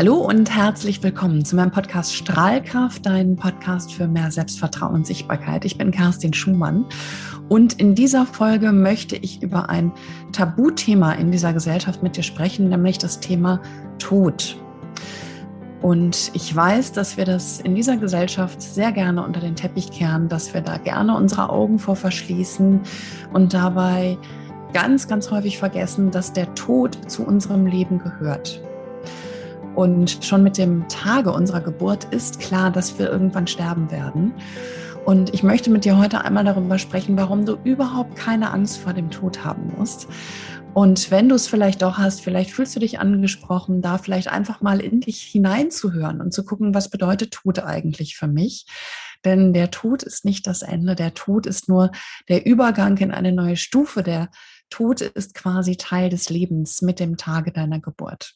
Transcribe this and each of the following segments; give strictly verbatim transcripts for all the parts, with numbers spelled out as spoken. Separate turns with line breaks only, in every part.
Hallo und herzlich willkommen zu meinem Podcast Strahlkraft, dein Podcast für mehr Selbstvertrauen und Sichtbarkeit. Ich bin Kerstin Schumann und in dieser Folge möchte ich über ein Tabuthema in dieser Gesellschaft mit dir sprechen, nämlich das Thema Tod. Und ich weiß, dass wir das in dieser Gesellschaft sehr gerne unter den Teppich kehren, dass wir da gerne unsere Augen vor verschließen und dabei ganz, ganz häufig vergessen, dass der Tod zu unserem Leben gehört. Und schon mit dem Tage unserer Geburt ist klar, dass wir irgendwann sterben werden. Und ich möchte mit dir heute einmal darüber sprechen, warum du überhaupt keine Angst vor dem Tod haben musst. Und wenn du es vielleicht doch hast, vielleicht fühlst du dich angesprochen, da vielleicht einfach mal in dich hineinzuhören und zu gucken, was bedeutet Tod eigentlich für mich? Denn der Tod ist nicht das Ende, der Tod ist nur der Übergang in eine neue Stufe. Der Tod ist quasi Teil des Lebens mit dem Tage deiner Geburt.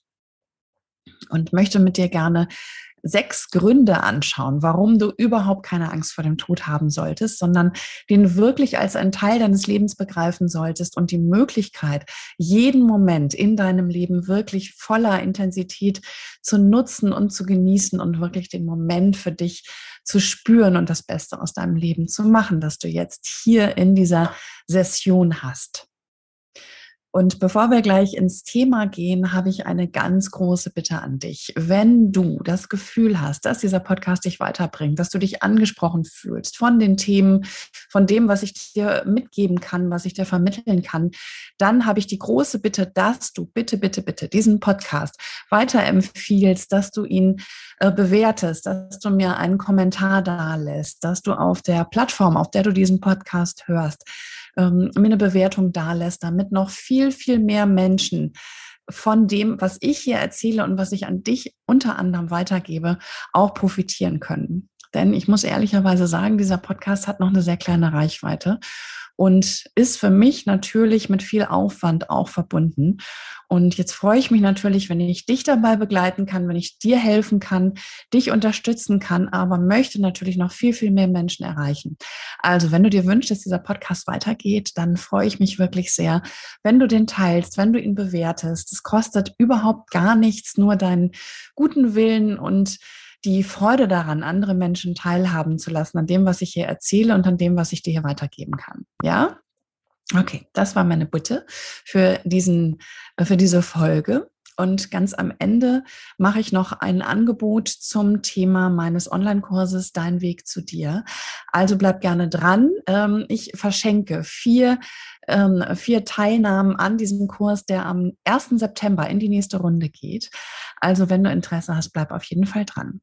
Und möchte mit dir gerne sechs Gründe anschauen, warum du überhaupt keine Angst vor dem Tod haben solltest, sondern den wirklich als einen Teil deines Lebens begreifen solltest und die Möglichkeit, jeden Moment in deinem Leben wirklich voller Intensität zu nutzen und zu genießen und wirklich den Moment für dich zu spüren und das Beste aus deinem Leben zu machen, das du jetzt hier in dieser Session hast. Und bevor wir gleich ins Thema gehen, habe ich eine ganz große Bitte an dich. Wenn du das Gefühl hast, dass dieser Podcast dich weiterbringt, dass du dich angesprochen fühlst von den Themen, von dem, was ich dir mitgeben kann, was ich dir vermitteln kann, dann habe ich die große Bitte, dass du bitte, bitte, bitte diesen Podcast weiterempfiehlst, dass du ihn äh, bewertest, dass du mir einen Kommentar dalässt, dass du auf der Plattform, auf der du diesen Podcast hörst, ähm, mir eine Bewertung dalässt, damit noch viel, viel mehr Menschen von dem, was ich hier erzähle und was ich an dich unter anderem weitergebe, auch profitieren können. Denn ich muss ehrlicherweise sagen, dieser Podcast hat noch eine sehr kleine Reichweite und ist für mich natürlich mit viel Aufwand auch verbunden. Und jetzt freue ich mich natürlich, wenn ich dich dabei begleiten kann, wenn ich dir helfen kann, dich unterstützen kann, aber möchte natürlich noch viel, viel mehr Menschen erreichen. Also wenn du dir wünschst, dass dieser Podcast weitergeht, dann freue ich mich wirklich sehr, wenn du den teilst, wenn du ihn bewertest. Es kostet überhaupt gar nichts, nur deinen guten Willen und die Freude daran, andere Menschen teilhaben zu lassen an dem, was ich hier erzähle und an dem, was ich dir hier weitergeben kann. Ja? Okay, das war meine Bitte für diesen, für diese Folge. Und ganz am Ende mache ich noch ein Angebot zum Thema meines Online-Kurses Dein Weg zu dir. Also bleib gerne dran. Ich verschenke vier, vier Teilnahmen an diesem Kurs, der am ersten September in die nächste Runde geht. Also wenn du Interesse hast, bleib auf jeden Fall dran.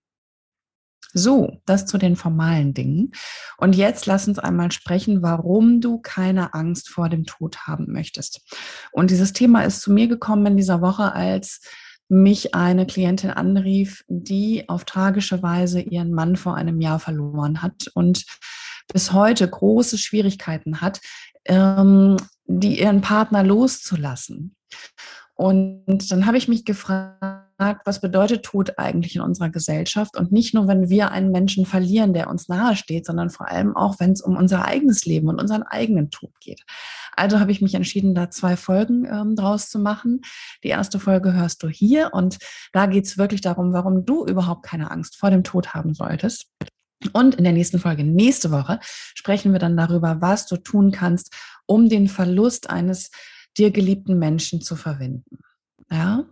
So, das zu den formalen Dingen. Und jetzt lass uns einmal sprechen, warum du keine Angst vor dem Tod haben möchtest. Und dieses Thema ist zu mir gekommen in dieser Woche, als mich eine Klientin anrief, die auf tragische Weise ihren Mann vor einem Jahr verloren hat und bis heute große Schwierigkeiten hat, ähm, die ihren Partner loszulassen. Und dann habe ich mich gefragt, was bedeutet Tod eigentlich in unserer Gesellschaft? Und nicht nur, wenn wir einen Menschen verlieren, der uns nahesteht, sondern vor allem auch, wenn es um unser eigenes Leben und unseren eigenen Tod geht. Also habe ich mich entschieden, da zwei Folgen ähm, draus zu machen. Die erste Folge hörst du hier und da geht es wirklich darum, warum du überhaupt keine Angst vor dem Tod haben solltest. Und in der nächsten Folge, nächste Woche, sprechen wir dann darüber, was du tun kannst, um den Verlust eines dir geliebten Menschen zu verwinden. Ja?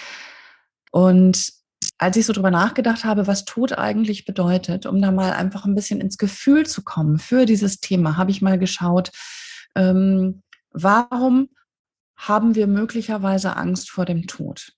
Und als ich so drüber nachgedacht habe, was Tod eigentlich bedeutet, um da mal einfach ein bisschen ins Gefühl zu kommen für dieses Thema, habe ich mal geschaut, ähm, warum haben wir möglicherweise Angst vor dem Tod?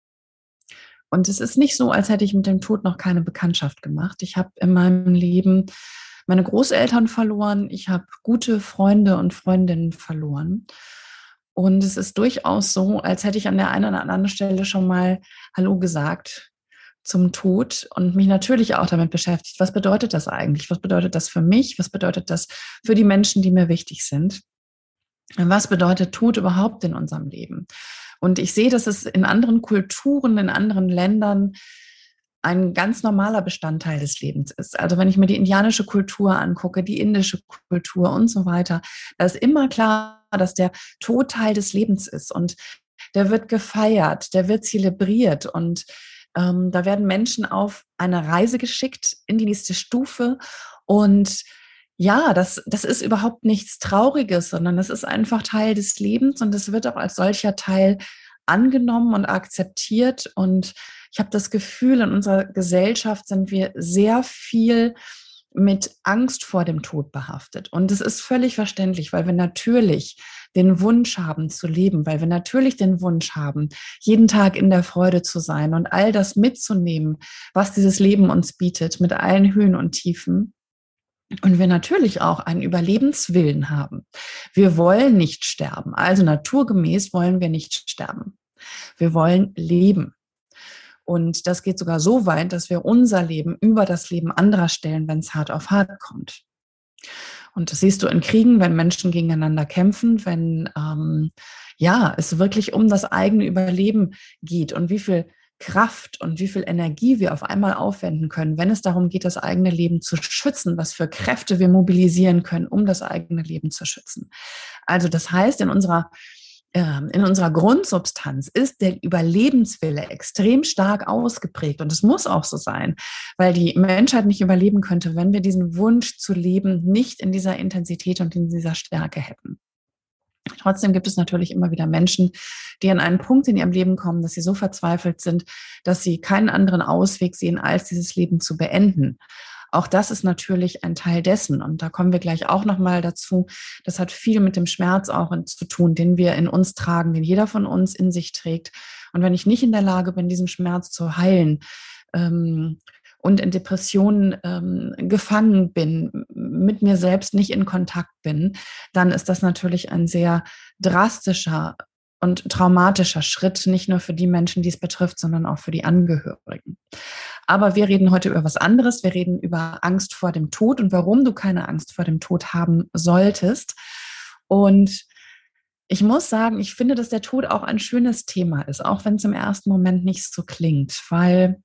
Und es ist nicht so, als hätte ich mit dem Tod noch keine Bekanntschaft gemacht. Ich habe in meinem Leben meine Großeltern verloren, ich habe gute Freunde und Freundinnen verloren. Und es ist durchaus so, als hätte ich an der einen oder anderen Stelle schon mal Hallo gesagt zum Tod und mich natürlich auch damit beschäftigt, was bedeutet das eigentlich? Was bedeutet das für mich? Was bedeutet das für die Menschen, die mir wichtig sind? Was bedeutet Tod überhaupt in unserem Leben? Und ich sehe, dass es in anderen Kulturen, in anderen Ländern ein ganz normaler Bestandteil des Lebens ist. Also wenn ich mir die indianische Kultur angucke, die indische Kultur und so weiter, da ist immer klar, dass der Tod Teil des Lebens ist und der wird gefeiert, der wird zelebriert und Ähm, da werden Menschen auf eine Reise geschickt in die nächste Stufe. Und ja, das, das ist überhaupt nichts Trauriges, sondern das ist einfach Teil des Lebens und es wird auch als solcher Teil angenommen und akzeptiert. Und ich habe das Gefühl, in unserer Gesellschaft sind wir sehr viel mit Angst vor dem Tod behaftet. Und es ist völlig verständlich, weil wir natürlich den Wunsch haben zu leben, weil wir natürlich den Wunsch haben, jeden Tag in der Freude zu sein und all das mitzunehmen, was dieses Leben uns bietet, mit allen Höhen und Tiefen. Und wir natürlich auch einen Überlebenswillen haben. Wir wollen nicht sterben. Also naturgemäß wollen wir nicht sterben. Wir wollen leben. Und das geht sogar so weit, dass wir unser Leben über das Leben anderer stellen, wenn es hart auf hart kommt. Und das siehst du in Kriegen, wenn Menschen gegeneinander kämpfen, wenn ähm, ja, es wirklich um das eigene Überleben geht und wie viel Kraft und wie viel Energie wir auf einmal aufwenden können, wenn es darum geht, das eigene Leben zu schützen, was für Kräfte wir mobilisieren können, um das eigene Leben zu schützen. Also das heißt, in unserer in unserer Grundsubstanz ist der Überlebenswille extrem stark ausgeprägt. Und es muss auch so sein, weil die Menschheit nicht überleben könnte, wenn wir diesen Wunsch zu leben nicht in dieser Intensität und in dieser Stärke hätten. Trotzdem gibt es natürlich immer wieder Menschen, die an einen Punkt in ihrem Leben kommen, dass sie so verzweifelt sind, dass sie keinen anderen Ausweg sehen, als dieses Leben zu beenden. Auch das ist natürlich ein Teil dessen. Und da kommen wir gleich auch nochmal dazu. Das hat viel mit dem Schmerz auch zu tun, den wir in uns tragen, den jeder von uns in sich trägt. Und wenn ich nicht in der Lage bin, diesen Schmerz zu heilen, ähm, und in Depressionen ähm, gefangen bin, mit mir selbst nicht in Kontakt bin, dann ist das natürlich ein sehr drastischer und traumatischer Schritt, nicht nur für die Menschen, die es betrifft, sondern auch für die Angehörigen. Aber wir reden heute über was anderes. Wir reden über Angst vor dem Tod und warum du keine Angst vor dem Tod haben solltest. Und ich muss sagen, ich finde, dass der Tod auch ein schönes Thema ist, auch wenn es im ersten Moment nicht so klingt, weil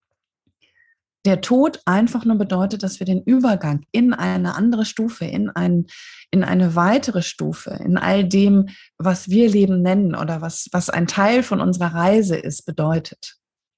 der Tod einfach nur bedeutet, dass wir den Übergang in eine andere Stufe, in, ein, in eine weitere Stufe, in all dem, was wir Leben nennen oder was, was ein Teil von unserer Reise ist, bedeutet.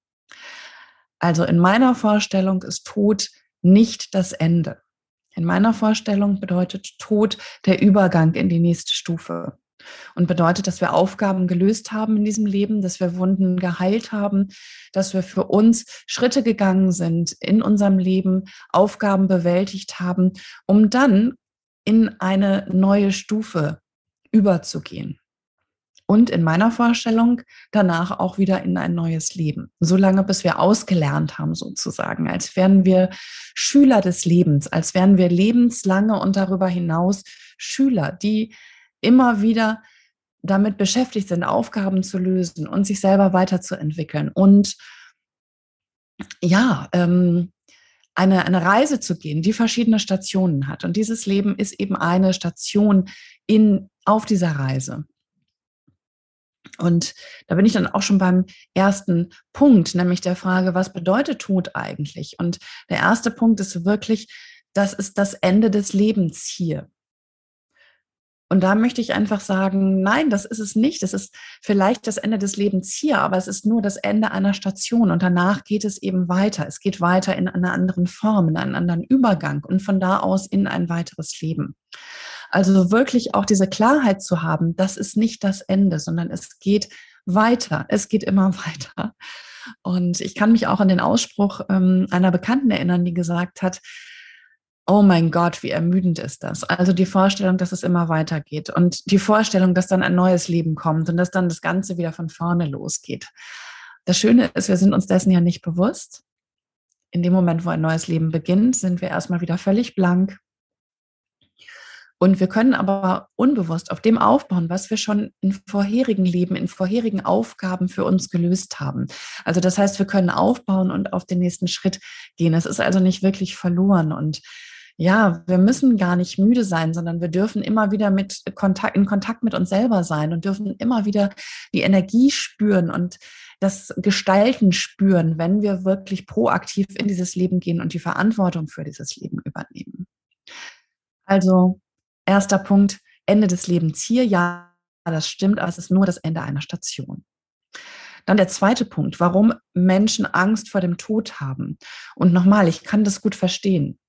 Also in meiner Vorstellung ist Tod nicht das Ende. In meiner Vorstellung bedeutet Tod der Übergang in die nächste Stufe. Und bedeutet, dass wir Aufgaben gelöst haben in diesem Leben, dass wir Wunden geheilt haben, dass wir für uns Schritte gegangen sind in unserem Leben, Aufgaben bewältigt haben, um dann in eine neue Stufe überzugehen. Und in meiner Vorstellung danach auch wieder in ein neues Leben. Solange bis wir ausgelernt haben sozusagen, als wären wir Schüler des Lebens, als wären wir lebenslange und darüber hinaus Schüler, die immer wieder damit beschäftigt sind, Aufgaben zu lösen und sich selber weiterzuentwickeln und ja, ähm, eine, eine Reise zu gehen, die verschiedene Stationen hat. Und dieses Leben ist eben eine Station in, auf dieser Reise. Und da bin ich dann auch schon beim ersten Punkt, nämlich der Frage, was bedeutet Tod eigentlich? Und der erste Punkt ist wirklich, das ist das Ende des Lebens hier. Und da möchte ich einfach sagen, nein, das ist es nicht. Das ist vielleicht das Ende des Lebens hier, aber es ist nur das Ende einer Station. Und danach geht es eben weiter. Es geht weiter in einer anderen Form, in einen anderen Übergang und von da aus in ein weiteres Leben. Also wirklich auch diese Klarheit zu haben, das ist nicht das Ende, sondern es geht weiter. Es geht immer weiter. Und ich kann mich auch an den Ausspruch ähm, einer Bekannten erinnern, die gesagt hat, oh mein Gott, wie ermüdend ist das. Also die Vorstellung, dass es immer weitergeht und die Vorstellung, dass dann ein neues Leben kommt und dass dann das Ganze wieder von vorne losgeht. Das Schöne ist, wir sind uns dessen ja nicht bewusst. In dem Moment, wo ein neues Leben beginnt, sind wir erstmal wieder völlig blank. Und wir können aber unbewusst auf dem aufbauen, was wir schon in vorherigen Leben, in vorherigen Aufgaben für uns gelöst haben. Also das heißt, wir können aufbauen und auf den nächsten Schritt gehen. Es ist also nicht wirklich verloren. Und ja, wir müssen gar nicht müde sein, sondern wir dürfen immer wieder mit Kontakt, in Kontakt mit uns selber sein und dürfen immer wieder die Energie spüren und das Gestalten spüren, wenn wir wirklich proaktiv in dieses Leben gehen und die Verantwortung für dieses Leben übernehmen. Also erster Punkt, Ende des Lebens hier. Ja, das stimmt, aber es ist nur das Ende einer Station. Dann der zweite Punkt, warum Menschen Angst vor dem Tod haben. Und nochmal, ich kann das gut verstehen.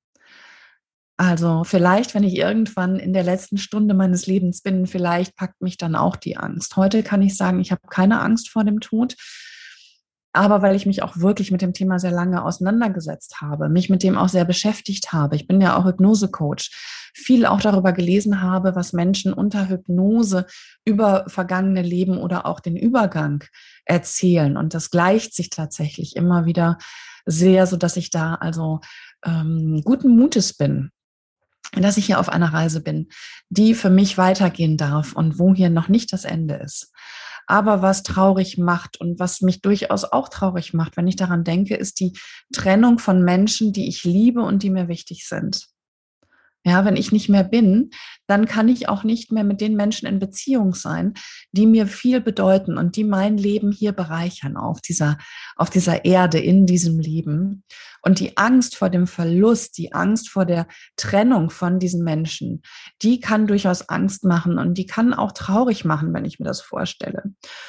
Also vielleicht, wenn ich irgendwann in der letzten Stunde meines Lebens bin, vielleicht packt mich dann auch die Angst. Heute kann ich sagen, ich habe keine Angst vor dem Tod, aber weil ich mich auch wirklich mit dem Thema sehr lange auseinandergesetzt habe, mich mit dem auch sehr beschäftigt habe. Ich bin ja auch Hypnose-Coach, viel auch darüber gelesen habe, was Menschen unter Hypnose über vergangene Leben oder auch den Übergang erzählen. Und das gleicht sich tatsächlich immer wieder sehr, so dass ich da also ähm, guten Mutes bin, dass ich hier auf einer Reise bin, die für mich weitergehen darf und wo hier noch nicht das Ende ist. Aber was traurig macht und was mich durchaus auch traurig macht, wenn ich daran denke, ist die Trennung von Menschen, die ich liebe und die mir wichtig sind. Ja, wenn ich nicht mehr bin, dann kann ich auch nicht mehr mit den Menschen in Beziehung sein, die mir viel bedeuten und die mein Leben hier bereichern auf dieser, auf dieser Erde, in diesem Leben. Und die Angst vor dem Verlust, die Angst vor der Trennung von diesen Menschen, die kann durchaus Angst machen und die kann auch traurig machen, wenn ich mir das vorstelle.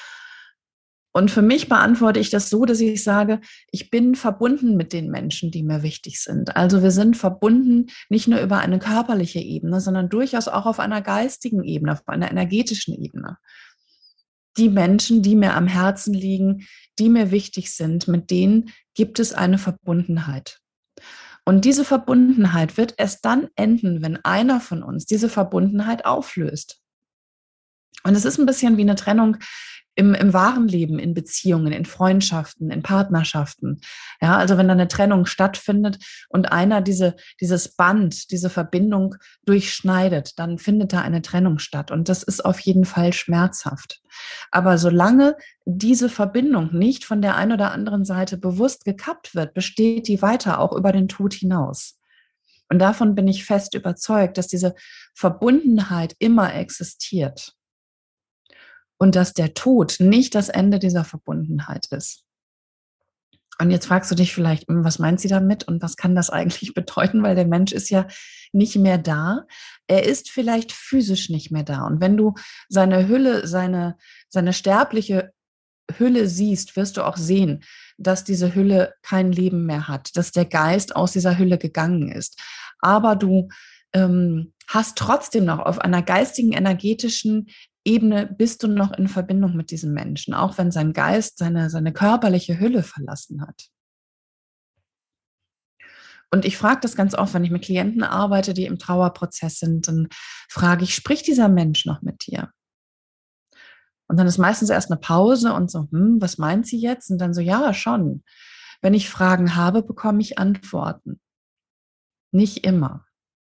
Und für mich beantworte ich das so, dass ich sage, ich bin verbunden mit den Menschen, die mir wichtig sind. Also wir sind verbunden nicht nur über eine körperliche Ebene, sondern durchaus auch auf einer geistigen Ebene, auf einer energetischen Ebene. Die Menschen, die mir am Herzen liegen, die mir wichtig sind, mit denen gibt es eine Verbundenheit. Und diese Verbundenheit wird erst dann enden, wenn einer von uns diese Verbundenheit auflöst. Und es ist ein bisschen wie eine Trennung im, im wahren Leben, in Beziehungen, in Freundschaften, in Partnerschaften. Ja, also wenn da eine Trennung stattfindet und einer diese, dieses Band, diese Verbindung durchschneidet, dann findet da eine Trennung statt. Und das ist auf jeden Fall schmerzhaft. Aber solange diese Verbindung nicht von der einen oder anderen Seite bewusst gekappt wird, besteht die weiter, auch über den Tod hinaus. Und davon bin ich fest überzeugt, dass diese Verbundenheit immer existiert. Und dass der Tod nicht das Ende dieser Verbundenheit ist. Und jetzt fragst du dich vielleicht, was meint sie damit und was kann das eigentlich bedeuten, weil der Mensch ist ja nicht mehr da. Er ist vielleicht physisch nicht mehr da. Und wenn du seine Hülle, seine, seine sterbliche Hülle siehst, wirst du auch sehen, dass diese Hülle kein Leben mehr hat, dass der Geist aus dieser Hülle gegangen ist. Aber du ähm, hast trotzdem noch auf einer geistigen, energetischen Ebene bist du noch in Verbindung mit diesem Menschen, auch wenn sein Geist seine, seine körperliche Hülle verlassen hat. Und ich frage das ganz oft, wenn ich mit Klienten arbeite, die im Trauerprozess sind, dann frage ich, spricht dieser Mensch noch mit dir? Und dann ist meistens erst eine Pause und so, hm, was meint sie jetzt? Und dann so, ja, schon. Wenn ich Fragen habe, bekomme ich Antworten. Nicht immer.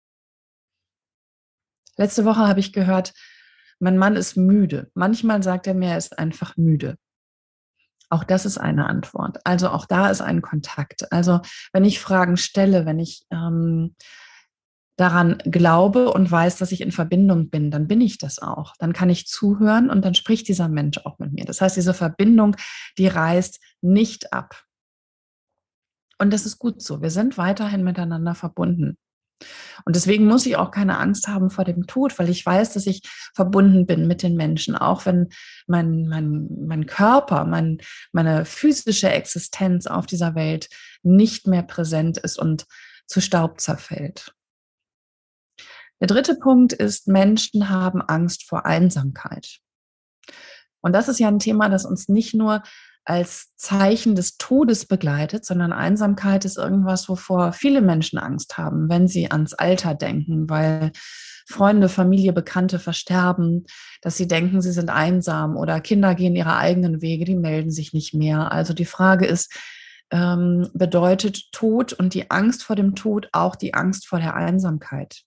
Letzte Woche habe ich gehört, mein Mann ist müde. Manchmal sagt er mir, er ist einfach müde. Auch das ist eine Antwort. Also auch da ist ein Kontakt. Also wenn ich Fragen stelle, wenn ich ähm, daran glaube und weiß, dass ich in Verbindung bin, dann bin ich das auch. Dann kann ich zuhören und dann spricht dieser Mensch auch mit mir. Das heißt, diese Verbindung, die reißt nicht ab. Und das ist gut so. Wir sind weiterhin miteinander verbunden. Und deswegen muss ich auch keine Angst haben vor dem Tod, weil ich weiß, dass ich verbunden bin mit den Menschen, auch wenn mein, mein, mein Körper, mein, meine physische Existenz auf dieser Welt nicht mehr präsent ist und zu Staub zerfällt. Der dritte Punkt ist, Menschen haben Angst vor Einsamkeit. Und das ist ja ein Thema, das uns nicht nur als Zeichen des Todes begleitet, sondern Einsamkeit ist irgendwas, wovor viele Menschen Angst haben, wenn sie ans Alter denken, weil Freunde, Familie, Bekannte versterben, dass sie denken, sie sind einsam oder Kinder gehen ihre eigenen Wege, die melden sich nicht mehr. Also die Frage ist, ähm, bedeutet Tod und die Angst vor dem Tod auch die Angst vor der Einsamkeit?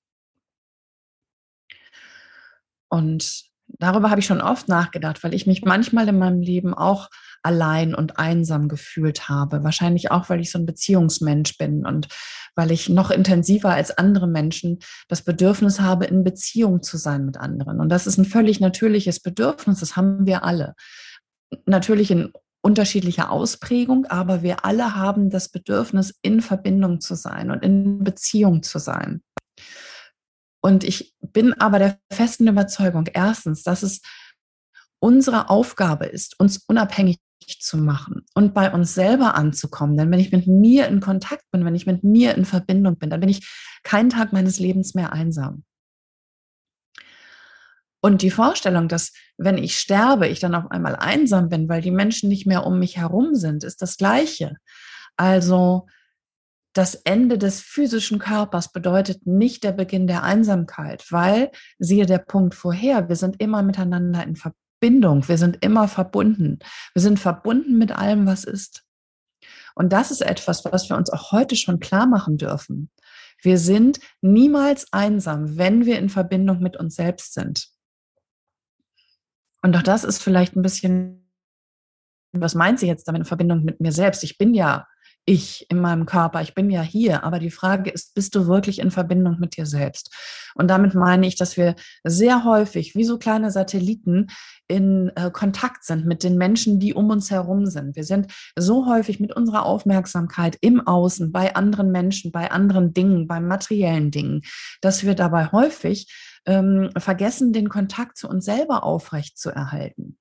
Und darüber habe ich schon oft nachgedacht, weil ich mich manchmal in meinem Leben auch allein und einsam gefühlt habe. Wahrscheinlich auch, weil ich so ein Beziehungsmensch bin und weil ich noch intensiver als andere Menschen das Bedürfnis habe, in Beziehung zu sein mit anderen. Und das ist ein völlig natürliches Bedürfnis, das haben wir alle. Natürlich in unterschiedlicher Ausprägung, aber wir alle haben das Bedürfnis, in Verbindung zu sein und in Beziehung zu sein. Und ich bin aber der festen Überzeugung, erstens, dass es unsere Aufgabe ist, uns unabhängig zu machen und bei uns selber anzukommen. Denn wenn ich mit mir in Kontakt bin, wenn ich mit mir in Verbindung bin, dann bin ich keinen Tag meines Lebens mehr einsam. Und die Vorstellung, dass, wenn ich sterbe, ich dann auf einmal einsam bin, weil die Menschen nicht mehr um mich herum sind, ist das Gleiche. Also das Ende des physischen Körpers bedeutet nicht der Beginn der Einsamkeit, weil, siehe der Punkt vorher, wir sind immer miteinander in Verbindung, wir sind immer verbunden. Wir sind verbunden mit allem, was ist. Und das ist etwas, was wir uns auch heute schon klar machen dürfen. Wir sind niemals einsam, wenn wir in Verbindung mit uns selbst sind. Und auch das ist vielleicht ein bisschen, was meint sie jetzt damit in Verbindung mit mir selbst? Ich bin ja ich in meinem Körper, ich bin ja hier, aber die Frage ist, bist du wirklich in Verbindung mit dir selbst? Und damit meine ich, dass wir sehr häufig wie so kleine Satelliten in äh, Kontakt sind mit den Menschen, die um uns herum sind. Wir sind so häufig mit unserer Aufmerksamkeit im Außen, bei anderen Menschen, bei anderen Dingen, bei materiellen Dingen, dass wir dabei häufig ähm, vergessen, den Kontakt zu uns selber aufrecht zu erhalten.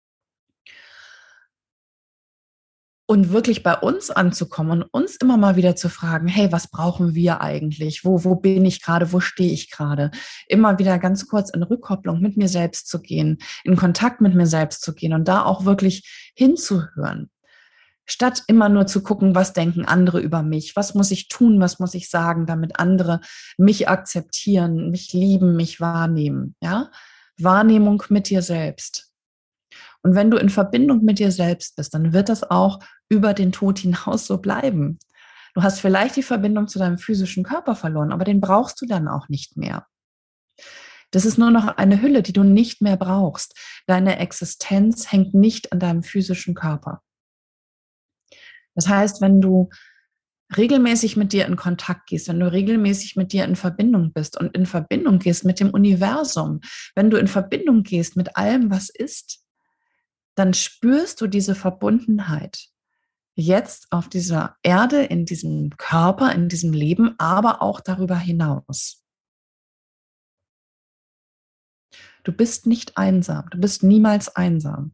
Und wirklich bei uns anzukommen und uns immer mal wieder zu fragen, hey, was brauchen wir eigentlich? Wo, wo bin ich gerade? Wo stehe ich gerade? Immer wieder ganz kurz in Rückkopplung mit mir selbst zu gehen, in Kontakt mit mir selbst zu gehen und da auch wirklich hinzuhören. Statt immer nur zu gucken, was denken andere über mich? Was muss ich tun? Was muss ich sagen, damit andere mich akzeptieren, mich lieben, mich wahrnehmen? Ja? Wahrnehmung mit dir selbst. Und wenn du in Verbindung mit dir selbst bist, dann wird das auch über den Tod hinaus so bleiben. Du hast vielleicht die Verbindung zu deinem physischen Körper verloren, aber den brauchst du dann auch nicht mehr. Das ist nur noch eine Hülle, die du nicht mehr brauchst. Deine Existenz hängt nicht an deinem physischen Körper. Das heißt, wenn du regelmäßig mit dir in Kontakt gehst, wenn du regelmäßig mit dir in Verbindung bist und in Verbindung gehst mit dem Universum, wenn du in Verbindung gehst mit allem, was ist, dann spürst du diese Verbundenheit jetzt auf dieser Erde, in diesem Körper, in diesem Leben, aber auch darüber hinaus. Du bist nicht einsam, du bist niemals einsam.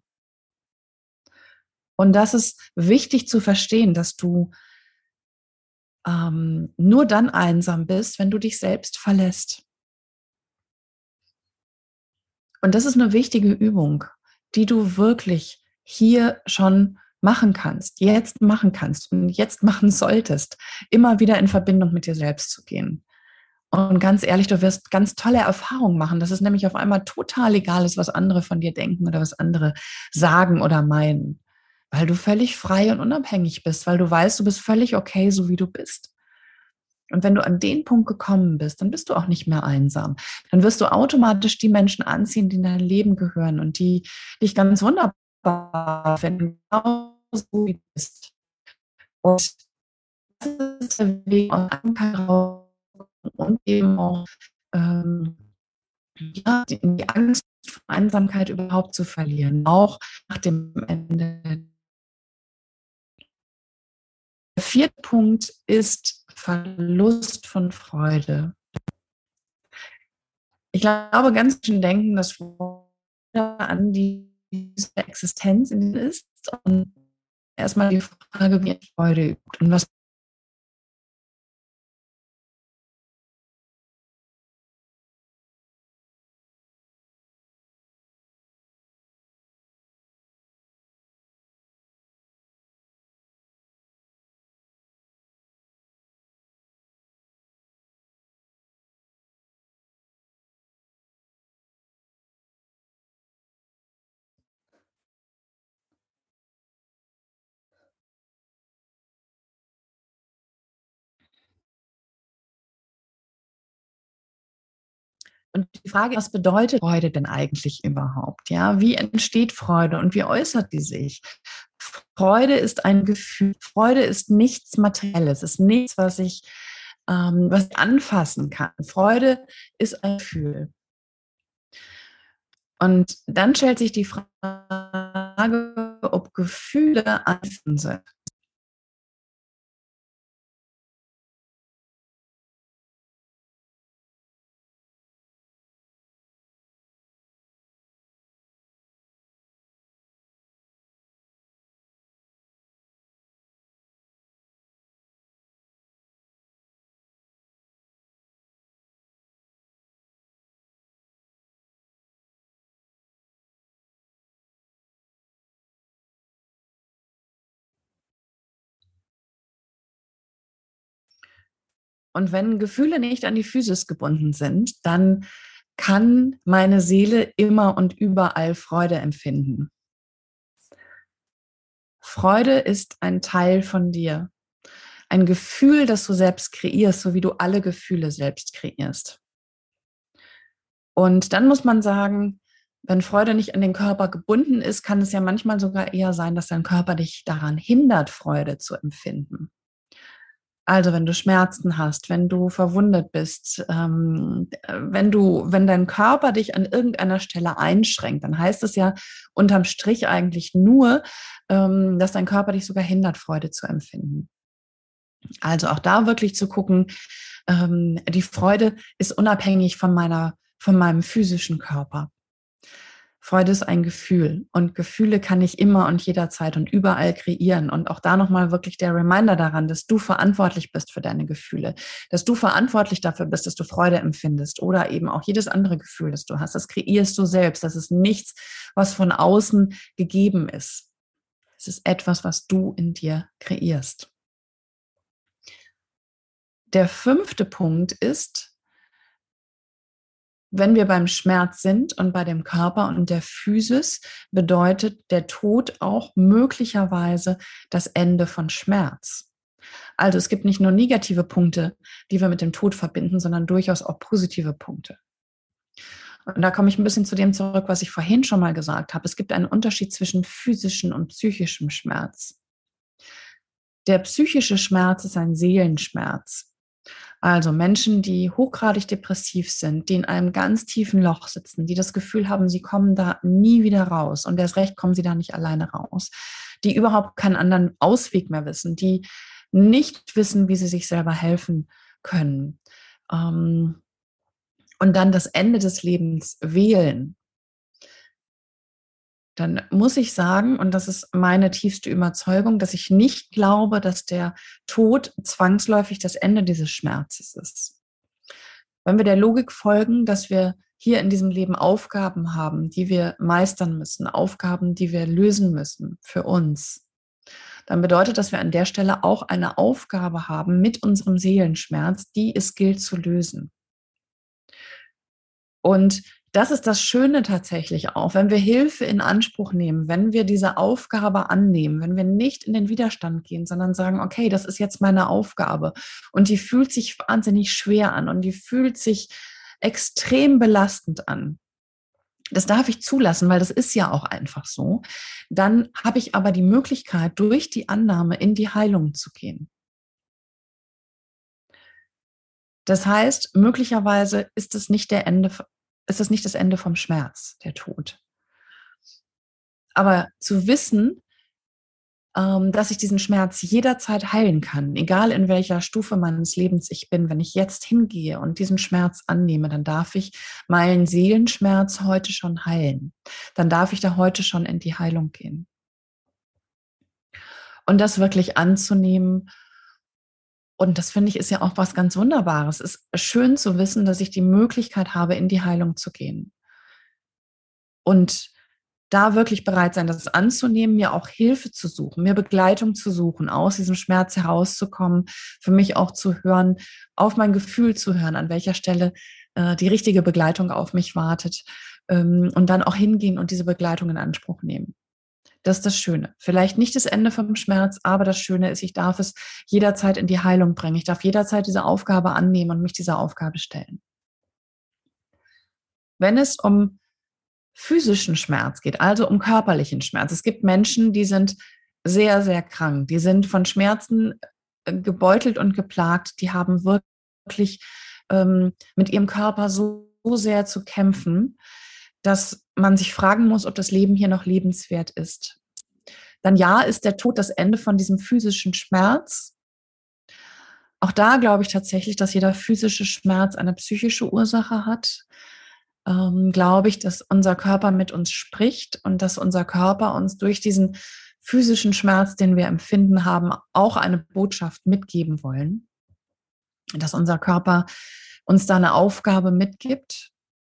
Und das ist wichtig zu verstehen, dass du ähm, nur dann einsam bist, wenn du dich selbst verlässt. Und das ist eine wichtige Übung, die du wirklich hier schon machen kannst, jetzt machen kannst und jetzt machen solltest, immer wieder in Verbindung mit dir selbst zu gehen. Und ganz ehrlich, du wirst ganz tolle Erfahrungen machen, dass es nämlich auf einmal total egal ist, was andere von dir denken oder was andere sagen oder meinen, weil du völlig frei und unabhängig bist, weil du weißt, du bist völlig okay, so wie du bist. Und wenn du an den Punkt gekommen bist, dann bist du auch nicht mehr einsam. Dann wirst du automatisch die Menschen anziehen, die in dein Leben gehören und die dich ganz wunderbar finden, genauso wie du bist. Und das ist der Weg aus Einsamkeit raus und eben auch ähm, ja, die, die Angst vor Einsamkeit überhaupt zu verlieren, auch nach dem Ende. Der vierte Punkt ist Verlust von Freude. Ich glaube, ganz viele denken, dass Freude an diese Existenz ist und erstmal die Frage, wie Freude übt und was und die Frage, was bedeutet Freude denn eigentlich überhaupt? Ja, wie entsteht Freude und wie äußert die sich? Freude ist ein Gefühl. Freude ist nichts Materielles. Es ist nichts, was ich, ähm, was ich anfassen kann. Freude ist ein Gefühl. Und dann stellt sich die Frage, ob Gefühle anfassen sind. Und wenn Gefühle nicht an die Physis gebunden sind, dann kann meine Seele immer und überall Freude empfinden. Freude ist ein Teil von dir. Ein Gefühl, das du selbst kreierst, so wie du alle Gefühle selbst kreierst. Und dann muss man sagen, wenn Freude nicht an den Körper gebunden ist, kann es ja manchmal sogar eher sein, dass dein Körper dich daran hindert, Freude zu empfinden. Also wenn du Schmerzen hast, wenn du verwundet bist, ähm, wenn du, wenn dein Körper dich an irgendeiner Stelle einschränkt, dann heißt es ja unterm Strich eigentlich nur, ähm, dass dein Körper dich sogar hindert, Freude zu empfinden. Also auch da wirklich zu gucken, ähm, die Freude ist unabhängig von meiner, von meinem physischen Körper. Freude ist ein Gefühl und Gefühle kann ich immer und jederzeit und überall kreieren. Und auch da nochmal wirklich der Reminder daran, dass du verantwortlich bist für deine Gefühle, dass du verantwortlich dafür bist, dass du Freude empfindest oder eben auch jedes andere Gefühl, das du hast. Das kreierst du selbst. Das ist nichts, was von außen gegeben ist. Es ist etwas, was du in dir kreierst. Der fünfte Punkt ist, wenn wir beim Schmerz sind und bei dem Körper und der Physis, bedeutet der Tod auch möglicherweise das Ende von Schmerz. Also es gibt nicht nur negative Punkte, die wir mit dem Tod verbinden, sondern durchaus auch positive Punkte. Und da komme ich ein bisschen zu dem zurück, was ich vorhin schon mal gesagt habe. Es gibt einen Unterschied zwischen physischem und psychischem Schmerz. Der psychische Schmerz ist ein Seelenschmerz. Also Menschen, die hochgradig depressiv sind, die in einem ganz tiefen Loch sitzen, die das Gefühl haben, sie kommen da nie wieder raus und erst recht kommen sie da nicht alleine raus, die überhaupt keinen anderen Ausweg mehr wissen, die nicht wissen, wie sie sich selber helfen können ähm, und dann das Ende des Lebens wählen. Dann muss ich sagen, und das ist meine tiefste Überzeugung, dass ich nicht glaube, dass der Tod zwangsläufig das Ende dieses Schmerzes ist. Wenn wir der Logik folgen, dass wir hier in diesem Leben Aufgaben haben, die wir meistern müssen, Aufgaben, die wir lösen müssen für uns, dann bedeutet, dass wir an der Stelle auch eine Aufgabe haben mit unserem Seelenschmerz, die es gilt zu lösen. Und das ist das Schöne tatsächlich auch, wenn wir Hilfe in Anspruch nehmen, wenn wir diese Aufgabe annehmen, wenn wir nicht in den Widerstand gehen, sondern sagen, okay, das ist jetzt meine Aufgabe und die fühlt sich wahnsinnig schwer an und die fühlt sich extrem belastend an. Das darf ich zulassen, weil das ist ja auch einfach so. Dann habe ich aber die Möglichkeit, durch die Annahme in die Heilung zu gehen. Das heißt, möglicherweise ist es nicht der Ende, ist es nicht das Ende vom Schmerz, der Tod. Aber zu wissen, ähm, dass ich diesen Schmerz jederzeit heilen kann, egal in welcher Stufe meines Lebens ich bin, wenn ich jetzt hingehe und diesen Schmerz annehme, dann darf ich meinen Seelenschmerz heute schon heilen. Dann darf ich da heute schon in die Heilung gehen. Und das wirklich anzunehmen. Und das finde ich ist ja auch was ganz Wunderbares. Es ist schön zu wissen, dass ich die Möglichkeit habe, in die Heilung zu gehen. Und da wirklich bereit sein, das anzunehmen, mir auch Hilfe zu suchen, mir Begleitung zu suchen, aus diesem Schmerz herauszukommen, für mich auch zu hören, auf mein Gefühl zu hören, an welcher Stelle äh, die richtige Begleitung auf mich wartet ähm, und dann auch hingehen und diese Begleitung in Anspruch nehmen. Das ist das Schöne. Vielleicht nicht das Ende vom Schmerz, aber das Schöne ist, ich darf es jederzeit in die Heilung bringen. Ich darf jederzeit diese Aufgabe annehmen und mich dieser Aufgabe stellen. Wenn es um physischen Schmerz geht, also um körperlichen Schmerz. Es gibt Menschen, die sind sehr, sehr krank. Die sind von Schmerzen gebeutelt und geplagt. Die haben wirklich ähm, mit ihrem Körper so, so sehr zu kämpfen, dass man sich fragen muss, ob das Leben hier noch lebenswert ist. Dann ja, ist der Tod das Ende von diesem physischen Schmerz. Auch da glaube ich tatsächlich, dass jeder physische Schmerz eine psychische Ursache hat. Ähm, glaube ich, dass unser Körper mit uns spricht und dass unser Körper uns durch diesen physischen Schmerz, den wir empfinden haben, auch eine Botschaft mitgeben wollen. Dass unser Körper uns da eine Aufgabe mitgibt.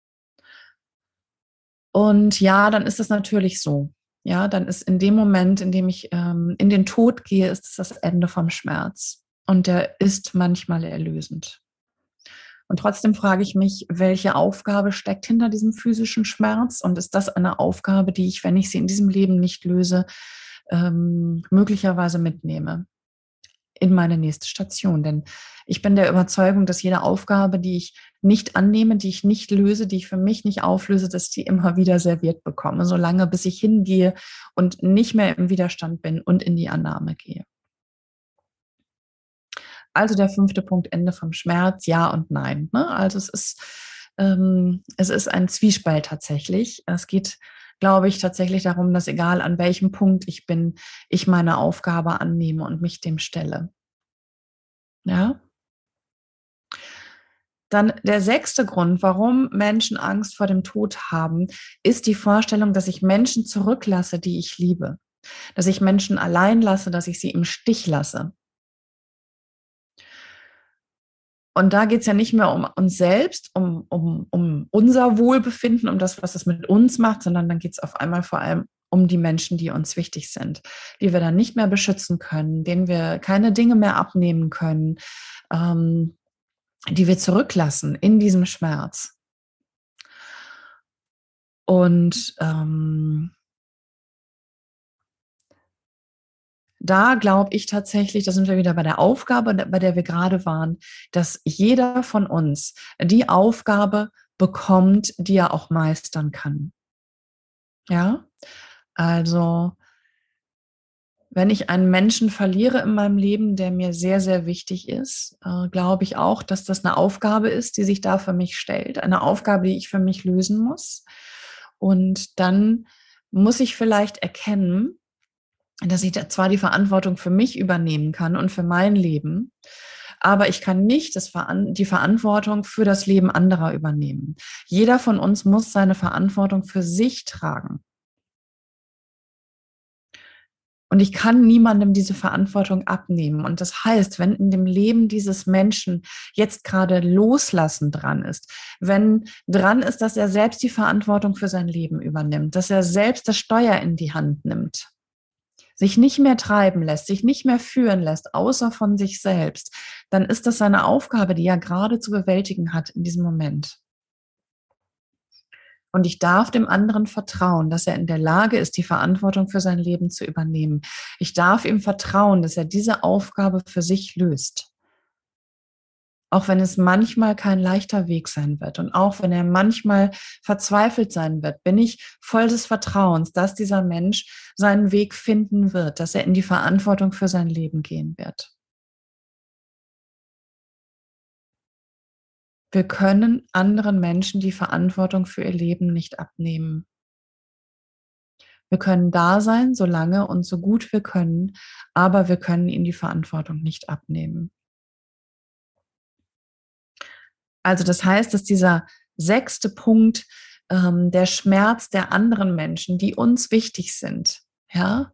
Und ja, dann ist es natürlich so. Ja, dann ist in dem Moment, in dem ich ähm, in den Tod gehe, ist es das Ende vom Schmerz. und der ist manchmal erlösend. Und trotzdem frage ich mich, welche Aufgabe steckt hinter diesem physischen Schmerz? Und ist das eine Aufgabe, die ich, wenn ich sie in diesem Leben nicht löse, ähm, möglicherweise mitnehme in meine nächste Station? Denn ich bin der Überzeugung, dass jede Aufgabe, die ich nicht annehme, die ich nicht löse, die ich für mich nicht auflöse, dass die immer wieder serviert bekomme, solange bis ich hingehe und nicht mehr im Widerstand bin und in die Annahme gehe. Also der fünfte Punkt, Ende vom Schmerz, ja und nein. Ne? Also es ist, ähm, es ist ein Zwiespalt tatsächlich. Es geht, glaube ich, tatsächlich darum, dass egal an welchem Punkt ich bin, ich meine Aufgabe annehme und mich dem stelle. Ja? Dann der sechste Grund, warum Menschen Angst vor dem Tod haben, ist die Vorstellung, dass ich Menschen zurücklasse, die ich liebe. Dass ich Menschen allein lasse, dass ich sie im Stich lasse. Und da geht es ja nicht mehr um uns selbst, um, um, um unser Wohlbefinden, um das, was es mit uns macht, sondern dann geht es auf einmal vor allem um die Menschen, die uns wichtig sind, die wir dann nicht mehr beschützen können, denen wir keine Dinge mehr abnehmen können, ähm, die wir zurücklassen in diesem Schmerz. Und ähm, da glaube ich tatsächlich, da sind wir wieder bei der Aufgabe, bei der wir gerade waren, dass jeder von uns die Aufgabe bekommt, die er auch meistern kann. Ja, also wenn ich einen Menschen verliere in meinem Leben, der mir sehr, sehr wichtig ist, äh, glaube ich auch, dass das eine Aufgabe ist, die sich da für mich stellt, eine Aufgabe, die ich für mich lösen muss. Und dann muss ich vielleicht erkennen, dass ich da zwar die Verantwortung für mich übernehmen kann und für mein Leben, aber ich kann nicht das, die Verantwortung für das Leben anderer übernehmen. Jeder von uns muss seine Verantwortung für sich tragen. Und ich kann niemandem diese Verantwortung abnehmen. Und das heißt, wenn in dem Leben dieses Menschen jetzt gerade Loslassen dran ist, wenn dran ist, dass er selbst die Verantwortung für sein Leben übernimmt, dass er selbst das Steuer in die Hand nimmt, sich nicht mehr treiben lässt, sich nicht mehr führen lässt, außer von sich selbst, dann ist das seine Aufgabe, die er gerade zu bewältigen hat in diesem Moment. Und ich darf dem anderen vertrauen, dass er in der Lage ist, die Verantwortung für sein Leben zu übernehmen. Ich darf ihm vertrauen, dass er diese Aufgabe für sich löst. Auch wenn es manchmal kein leichter Weg sein wird und auch wenn er manchmal verzweifelt sein wird, bin ich voll des Vertrauens, dass dieser Mensch seinen Weg finden wird, dass er in die Verantwortung für sein Leben gehen wird. Wir können anderen Menschen die Verantwortung für ihr Leben nicht abnehmen. Wir können da sein, solange und so gut wir können, aber wir können ihnen die Verantwortung nicht abnehmen. Also das heißt, dass dieser sechste Punkt, ähm, der Schmerz der anderen Menschen, die uns wichtig sind, ja,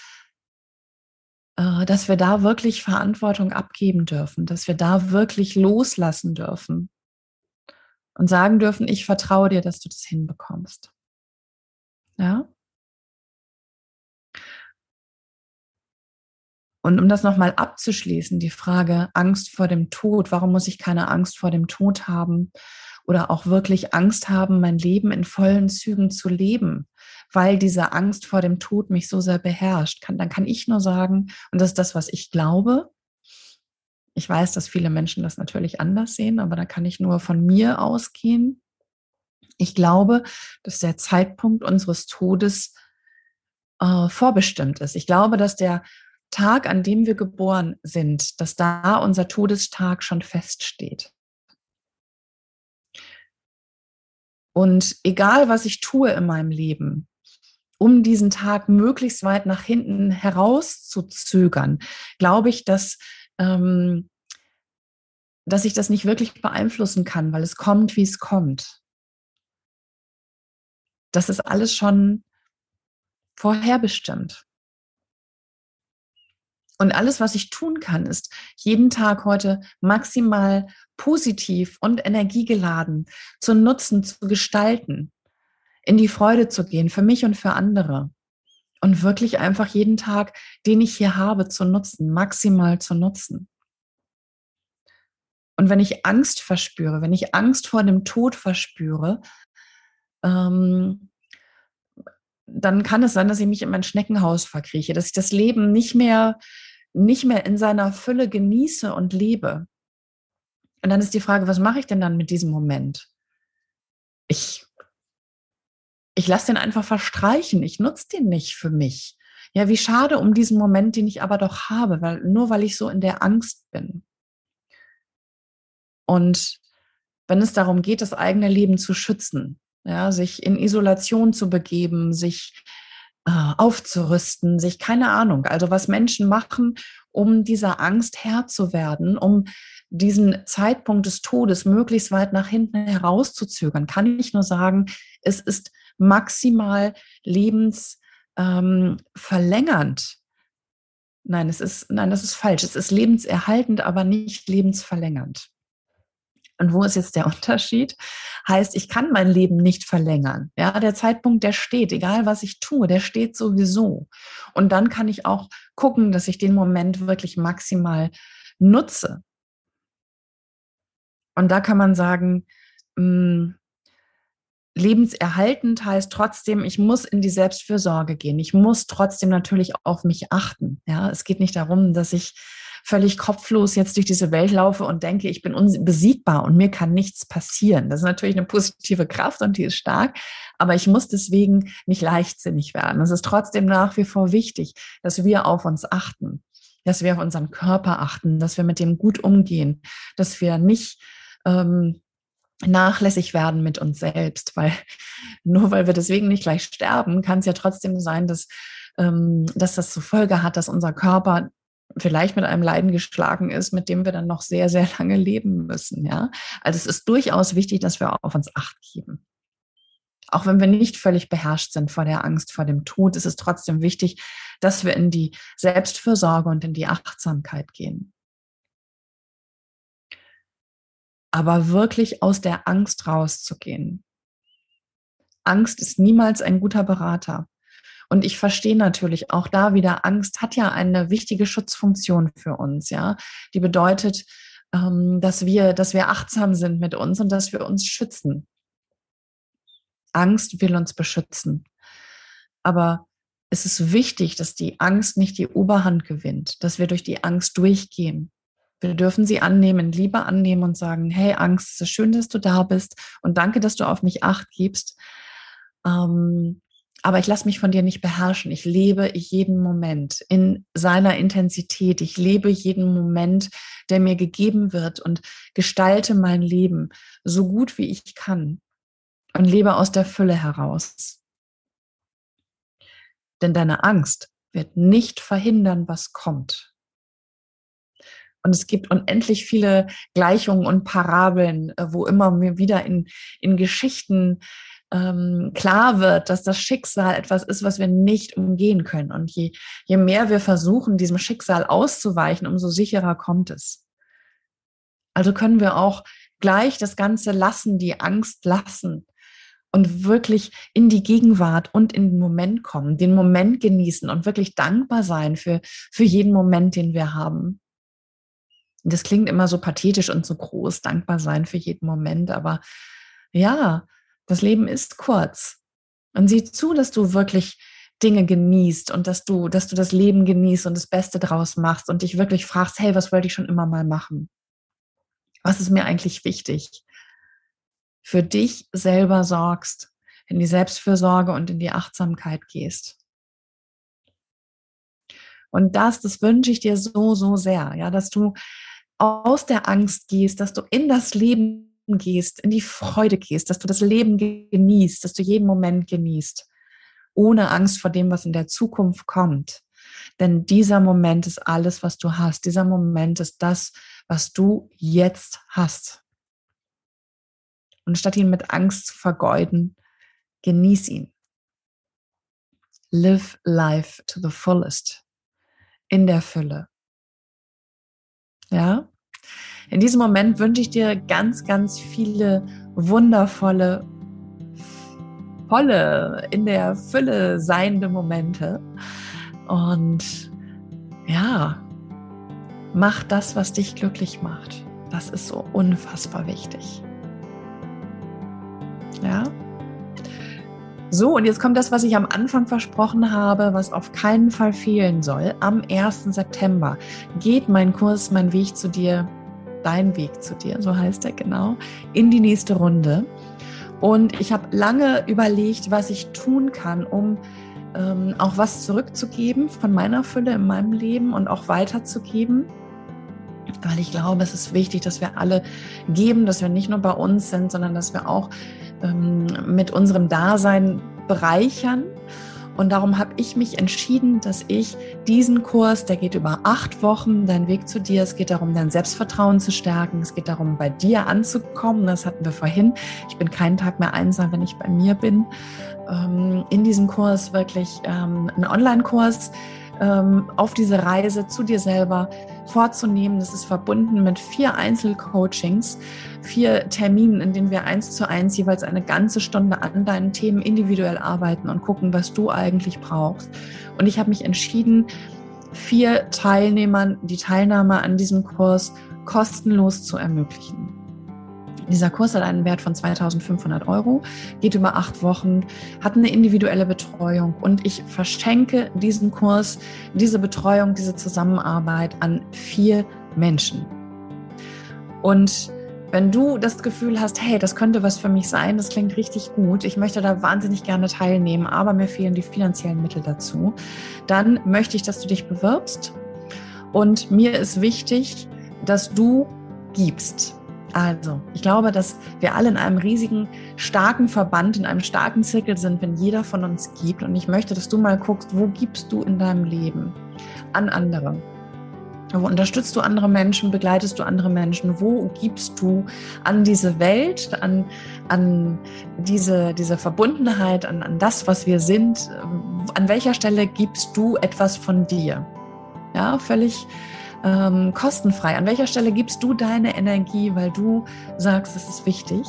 äh, dass wir da wirklich Verantwortung abgeben dürfen, dass wir da wirklich loslassen dürfen und sagen dürfen, ich vertraue dir, dass du das hinbekommst. Ja. Und um das nochmal abzuschließen, die Frage Angst vor dem Tod, warum muss ich keine Angst vor dem Tod haben oder auch wirklich Angst haben, mein Leben in vollen Zügen zu leben, weil diese Angst vor dem Tod mich so sehr beherrscht, kann, dann kann ich nur sagen, und das ist das, was ich glaube, ich weiß, dass viele Menschen das natürlich anders sehen, aber da kann ich nur von mir ausgehen. Ich glaube, dass der Zeitpunkt unseres Todes äh, vorbestimmt ist. Ich glaube, dass der Tag, an dem wir geboren sind, dass da unser Todestag schon feststeht. Und egal, was ich tue in meinem Leben, um diesen Tag möglichst weit nach hinten herauszuzögern, glaube ich, dass, ähm, dass ich das nicht wirklich beeinflussen kann, weil es kommt, wie es kommt. Das ist alles schon vorherbestimmt. Und alles, was ich tun kann, ist jeden Tag heute maximal positiv und energiegeladen zu nutzen, zu gestalten, in die Freude zu gehen, für mich und für andere. Und wirklich einfach jeden Tag, den ich hier habe, zu nutzen, maximal zu nutzen. Und wenn ich Angst verspüre, wenn ich Angst vor dem Tod verspüre, ähm, dann kann es sein, dass ich mich in mein Schneckenhaus verkrieche, dass ich das Leben nicht mehr, nicht mehr in seiner Fülle genieße und lebe. Und dann ist die Frage, was mache ich denn dann mit diesem Moment? Ich, ich lasse den einfach verstreichen. Ich nutze den nicht für mich. Ja, wie schade um diesen Moment, den ich aber doch habe, weil, nur weil ich so in der Angst bin. Und wenn es darum geht, das eigene Leben zu schützen, ja, sich in Isolation zu begeben, sich äh, aufzurüsten, sich keine Ahnung, also was Menschen machen, um dieser Angst Herr zu werden, um diesen Zeitpunkt des Todes möglichst weit nach hinten herauszuzögern, kann ich nur sagen, es ist maximal lebensverlängernd. Ähm, nein, es ist, nein, das ist falsch. Es ist lebenserhaltend, aber nicht lebensverlängernd. Und wo ist jetzt der Unterschied? Heißt, ich kann mein Leben nicht verlängern. Ja, der Zeitpunkt, der steht, egal was ich tue, der steht sowieso. Und dann kann ich auch gucken, dass ich den Moment wirklich maximal nutze. Und da kann man sagen, mh, lebenserhaltend heißt trotzdem, ich muss in die Selbstfürsorge gehen. Ich muss trotzdem natürlich auf mich achten. Ja, es geht nicht darum, dass ich völlig kopflos jetzt durch diese Welt laufe und denke, ich bin unbesiegbar und mir kann nichts passieren. Das ist natürlich eine positive Kraft und die ist stark, aber ich muss deswegen nicht leichtsinnig werden. Es ist trotzdem nach wie vor wichtig, dass wir auf uns achten, dass wir auf unseren Körper achten, dass wir mit dem gut umgehen, dass wir nicht ähm, nachlässig werden mit uns selbst, weil nur weil wir deswegen nicht gleich sterben, kann es ja trotzdem sein, dass, ähm, dass das zur Folge hat, dass unser Körper vielleicht mit einem Leiden geschlagen ist, mit dem wir dann noch sehr, sehr lange leben müssen. Ja? Also es ist durchaus wichtig, dass wir auf uns Acht geben. Auch wenn wir nicht völlig beherrscht sind vor der Angst vor dem Tod, ist es trotzdem wichtig, dass wir in die Selbstfürsorge und in die Achtsamkeit gehen. Aber wirklich aus der Angst rauszugehen. Angst ist niemals ein guter Berater. Und ich verstehe natürlich auch da wieder, Angst hat ja eine wichtige Schutzfunktion für uns, ja. Die bedeutet, ähm, dass wir, dass wir achtsam sind mit uns und dass wir uns schützen. Angst will uns beschützen. Aber es ist wichtig, dass die Angst nicht die Oberhand gewinnt, dass wir durch die Angst durchgehen. Wir dürfen sie annehmen, Liebe annehmen und sagen, hey Angst, es ist schön, dass du da bist und danke, dass du auf mich Acht gibst. Ähm, aber ich lasse mich von dir nicht beherrschen. Ich lebe jeden Moment in seiner Intensität. Ich lebe jeden Moment, der mir gegeben wird und gestalte mein Leben so gut, wie ich kann und lebe aus der Fülle heraus. Denn deine Angst wird nicht verhindern, was kommt. Und es gibt unendlich viele Gleichungen und Parabeln, wo immer mir wieder in, in Geschichten ähm, klar wird, dass das Schicksal etwas ist, was wir nicht umgehen können. Und je, je mehr wir versuchen, diesem Schicksal auszuweichen, umso sicherer kommt es. Also können wir auch gleich das Ganze lassen, die Angst lassen und wirklich in die Gegenwart und in den Moment kommen, den Moment genießen und wirklich dankbar sein für, für jeden Moment, den wir haben. Das klingt immer so pathetisch und so groß, dankbar sein für jeden Moment, aber ja, das Leben ist kurz. Und sieh zu, dass du wirklich Dinge genießt und dass du, dass du das Leben genießt und das Beste draus machst und dich wirklich fragst, hey, was wollte ich schon immer mal machen? Was ist mir eigentlich wichtig? Für dich selber sorgst, in die Selbstfürsorge und in die Achtsamkeit gehst. Und das, das wünsche ich dir so, so sehr, ja, dass du aus der Angst gehst, dass du in das Leben gehst, in die Freude gehst, dass du das Leben genießt, dass du jeden Moment genießt, ohne Angst vor dem, was in der Zukunft kommt. Denn dieser Moment ist alles, was du hast. Dieser Moment ist das, was du jetzt hast. Und statt ihn mit Angst zu vergeuden, genieß ihn. Live life to the fullest. In der Fülle. Ja? In diesem Moment wünsche ich dir ganz, ganz viele wundervolle, volle, in der Fülle seiende Momente. Und ja, mach das, was dich glücklich macht. Das ist so unfassbar wichtig. Ja. So, und jetzt kommt das, was ich am Anfang versprochen habe, was auf keinen Fall fehlen soll. Am ersten September geht mein Kurs, mein Weg zu dir, dein Weg zu dir, so heißt er genau, in die nächste Runde. Und ich habe lange überlegt, was ich tun kann, um ähm, auch was zurückzugeben von meiner Fülle in meinem Leben und auch weiterzugeben. Weil ich glaube, es ist wichtig, dass wir alle geben, dass wir nicht nur bei uns sind, sondern dass wir auch ähm, mit unserem Dasein bereichern. Und darum habe ich mich entschieden, dass ich diesen Kurs, der geht über acht Wochen, dein Weg zu dir, es geht darum, dein Selbstvertrauen zu stärken, es geht darum, bei dir anzukommen, das hatten wir vorhin. Ich bin keinen Tag mehr einsam, wenn ich bei mir bin. Ähm, in diesem Kurs wirklich ähm, ein Online-Kurs, auf diese Reise zu dir selber vorzunehmen. Das ist verbunden mit vier Einzelcoachings, vier Terminen, in denen wir eins zu eins jeweils eine ganze Stunde an deinen Themen individuell arbeiten und gucken, was du eigentlich brauchst. Und ich habe mich entschieden, vier Teilnehmern die Teilnahme an diesem Kurs kostenlos zu ermöglichen. Dieser Kurs hat einen Wert von zweitausendfünfhundert Euro, geht über acht Wochen, hat eine individuelle Betreuung und ich verschenke diesen Kurs, diese Betreuung, diese Zusammenarbeit an vier Menschen. Und wenn du das Gefühl hast, hey, das könnte was für mich sein, das klingt richtig gut, ich möchte da wahnsinnig gerne teilnehmen, aber mir fehlen die finanziellen Mittel dazu, dann möchte ich, dass du dich bewirbst. Und mir ist wichtig, dass du gibst. Also, ich glaube, dass wir alle in einem riesigen, starken Verband, in einem starken Zirkel sind, wenn jeder von uns gibt. Und ich möchte, dass du mal guckst, wo gibst du in deinem Leben an andere? Wo unterstützt du andere Menschen, begleitest du andere Menschen? Wo gibst du an diese Welt, an, an diese, diese Verbundenheit, an, an das, was wir sind? An welcher Stelle gibst du etwas von dir? Ja, völlig Ähm, kostenfrei. An welcher Stelle gibst du deine Energie, weil du sagst, es ist wichtig?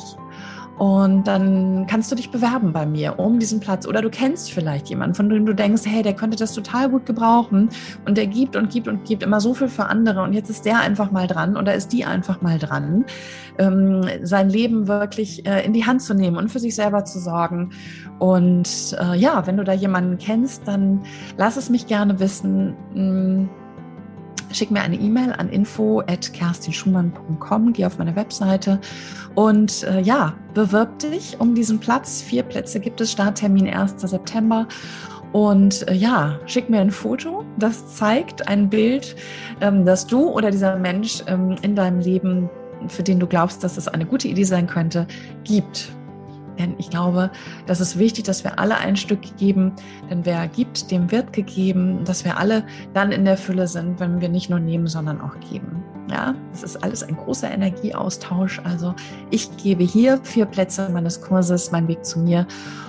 Und dann kannst du dich bewerben bei mir um diesen Platz. Oder du kennst vielleicht jemanden, von dem du denkst, hey, der könnte das total gut gebrauchen. Und der gibt und gibt und gibt immer so viel für andere. Und jetzt ist der einfach mal dran oder ist die einfach mal dran, ähm, sein Leben wirklich äh, in die Hand zu nehmen und für sich selber zu sorgen. Und äh, ja, wenn du da jemanden kennst, dann lass es mich gerne wissen. Mh, Schick mir eine E-Mail an info at kerstinschumann punkt com, geh auf meine Webseite und äh, ja, bewirb dich um diesen Platz. Vier Plätze gibt es, Starttermin erster September. Und äh, ja, schick mir ein Foto, das zeigt ein Bild, ähm, das du oder dieser Mensch ähm, in deinem Leben, für den du glaubst, dass es eine gute Idee sein könnte, gibt. Denn ich glaube, das ist wichtig, dass wir alle ein Stück geben, denn wer gibt, dem wird gegeben, dass wir alle dann in der Fülle sind, wenn wir nicht nur nehmen, sondern auch geben. Ja, das ist alles ein großer Energieaustausch. Also ich gebe hier vier Plätze meines Kurses, mein Weg zu mir.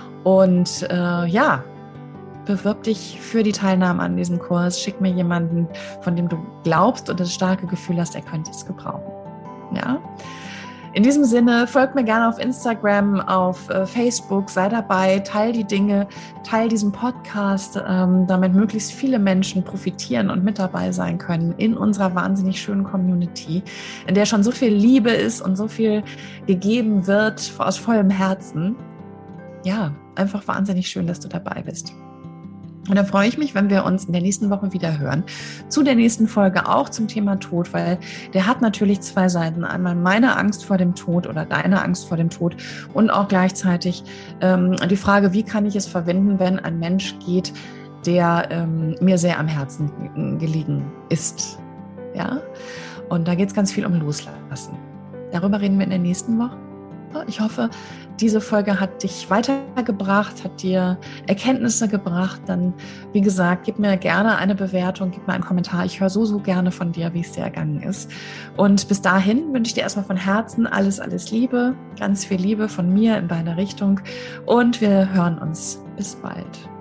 Und äh, ja, bewirb dich für die Teilnahme an diesem Kurs. Schick mir jemanden, von dem du glaubst und das starke Gefühl hast, er könnte es gebrauchen. Ja. In diesem Sinne, folgt mir gerne auf Instagram, auf äh, Facebook, sei dabei, teil die Dinge, teil diesen Podcast, ähm, damit möglichst viele Menschen profitieren und mit dabei sein können in unserer wahnsinnig schönen Community, in der schon so viel Liebe ist und so viel gegeben wird aus vollem Herzen. Ja, einfach wahnsinnig schön, dass du dabei bist. Und dann freue ich mich, wenn wir uns in der nächsten Woche wieder hören. Zu der nächsten Folge auch zum Thema Tod, weil der hat natürlich zwei Seiten. Einmal meine Angst vor dem Tod oder deine Angst vor dem Tod und auch gleichzeitig ähm, die Frage, wie kann ich es verwenden, wenn ein Mensch geht, der ähm, mir sehr am Herzen gelegen ist. Ja? Und da geht es ganz viel um Loslassen. Darüber reden wir in der nächsten Woche. Ich hoffe, diese Folge hat dich weitergebracht, hat dir Erkenntnisse gebracht. Dann, wie gesagt, gib mir gerne eine Bewertung, gib mir einen Kommentar. Ich höre so, so gerne von dir, wie es dir ergangen ist. Und bis dahin wünsche ich dir erstmal von Herzen alles, alles Liebe, ganz viel Liebe von mir in deine Richtung. Und wir hören uns. Bis bald.